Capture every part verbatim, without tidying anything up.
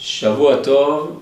שבוע טוב,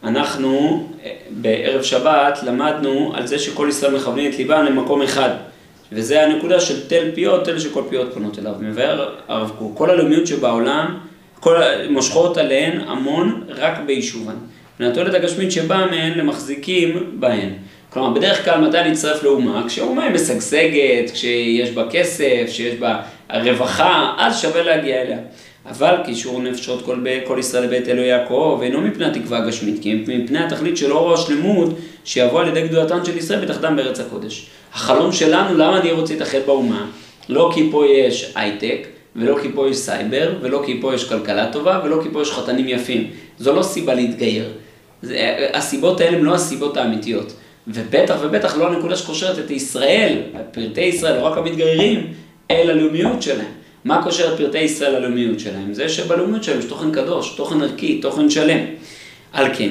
אנחנו בערב שבת למדנו על זה שכל ישראל מכוונים את ליבם למקום אחד. וזה הנקודה של תל פיות, תל שכל פיות פונות אליו. מבאר הרב קוק, כל הלאומיות שבעולם, כל מושכות עליהן המון רק ביישובן. והתועלת הגשמית שבאה מהן למחזיקים בהן. כלומר, בדרך כלל מתי להצטרף לאומה? כשהאומה היא משגשגת, כשיש בה כסף, שיש בה רווחה, אז שווה להגיע אליה. אבל קישור נפשות כל, כל ישראל לבית אלוהי יעקב, אינו מפני התקווה הגשמית, כי מפני התכלית של אור השלמות, שיבוא על ידי גדולתן של ישראל בתחתם בארץ הקודש. החלום שלנו, למה אני רוצה להתאחד באומה? לא כי פה יש הייטק, ולא כי פה יש סייבר, ולא כי פה יש כלכלה טובה, ולא כי פה יש חתנים יפים. זו לא סיבה להתגייר. זה, הסיבות האלה הן לא הסיבות האמיתיות. ובטח ובטח לא הנקודה שקושרת את ישראל, פרטי ישראל, לא רק המתגיירים, אל הלאומיות שלהם. מה קושר את פרטי ישראל ללאומיות שלהם? זה שבלאומיות שלהם יש תוכן קדוש, תוכן ערכי, תוכן שלם. על כן,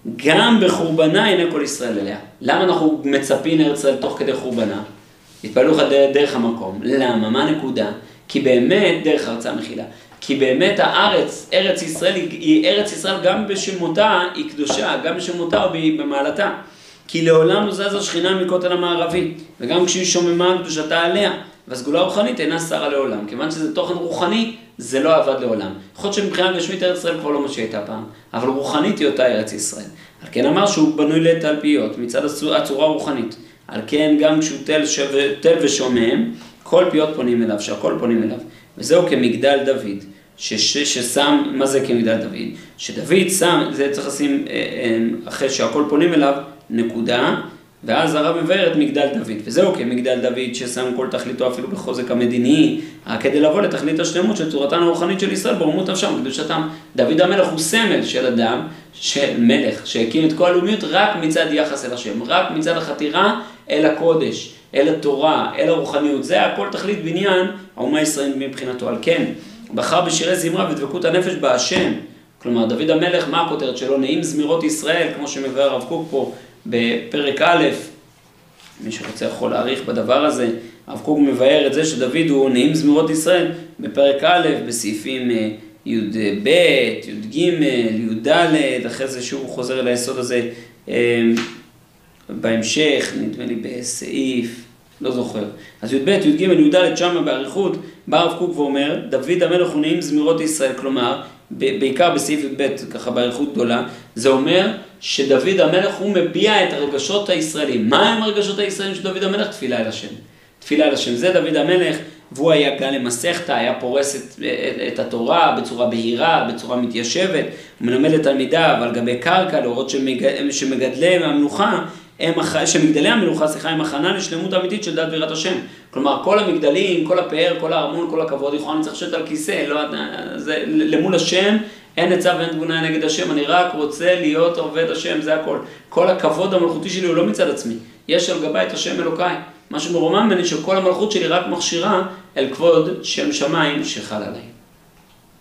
גם בחורבנה הנה כל ישראל אליה. למה אנחנו מצפים לארץ ישראל תוך כדי חורבנה? התפעלו לך דרך המקום. למה? מה הנקודה? כי באמת דרך ארצה המחילה. כי באמת הארץ, ארץ ישראל, היא ארץ ישראל גם בשמותה היא קדושה, גם בשמותה ובמעלתה. כי לעולם לא זז השכינה מכותל המערבי, וגם כשהיא שוממה קדושתה עליה, והסגולה הרוחנית אינה שרה לעולם. כיוון שזה תוכן רוחני, זה לא עבד לעולם. יכול להיות שמבחינה גשמית ארץ ישראל כבר לא מה שהייתה פעם, אבל רוחנית היא אותה ארץ ישראל. על כן אמר שהוא בנוי לתלפיות, מצד הצורה הרוחנית. על כן גם כשהוא תל, שו... תל ושומם, כל פיות פונים אליו, שהכל פונים אליו. וזהו כמגדל דוד, ש... ש... ששם, מה זה כמגדל דוד? שדוד שם, זה צריך לשים, אחרי שהכל פונים אליו, נקודה, ואז הרב מבאר את מגדל דוד, וזהו כמגדל דוד ששם כל תכליתו אפילו בחוזק המדיני, רק כדי לבוא לתכלית השלמות של צורתן הרוחנית של ישראל, ברומות נפשם, קדושתם. דוד המלך הוא סמל של אדם, של מלך, שהקים את כל הלאומיות רק מצד יחס אל השם, רק מצד החתירה אל הקודש, אל התורה, אל הרוחניות. זה הכל תכלית בניין, האומה הישראלית מבחינתו. על כן, בחר בשירי זמרה ודבקות הנפש בהשם. כלומר, דוד המלך, מה הכותרת שלו? נעים זמירות ישראל, כמו שמבאר הרב קוק פה, בפרק א', מי שרוצה יכול להעריך בדבר הזה, הרב קוק מבאר את זה שדוד הוא נעים זמירות ישראל, בפרק א', בסעיפים י' ב', י' ג', י' ד', אחרי זה שהוא חוזר אל היסוד הזה בהמשך, נדמה לי בסעיף, לא זוכר. אז י' ב', י' ג', י' ד', שמה בעריכות, בא הרב קוק ואומר, דוד המלך הוא נעים זמירות ישראל, כלומר, בעיקר בסעיף י' ב', ככה בעריכות גדולה, זה אומר שדוד המלך הוא מביע את הרגשות הישראלים. מה הם הרגשות הישראלים של דוד המלך? תפילה אל השם. תפילה אל השם. זה דוד המלך, והוא היה גל למסכתא, היה פורס את, את, את התורה בצורה בהירה, בצורה מתיישבת, הוא מלמד לתלמידיו על גבי קרקע, להורות שמג, שמגדלי המלוכה, הם, שמגדלי המלוכה, סליחה, הם הכנה לשלמות האמיתית של דת ויראת השם. כלומר, כל המגדלים, כל הפאר, כל הארמון, כל הכבוד, יכולים צריך לשבת על כיסא, לא, זה, למול השם, אין עצה ואין תבונה נגד השם, אני רק רוצה להיות עובד השם, זה הכל. כל הכבוד המלכותי שלי הוא לא מצד עצמי. יש על גבי את השם אלוקיי. מה שמרומם ממני שכל המלכות שלי רק מכשירה אל כבוד שם שמיים שחל עליי.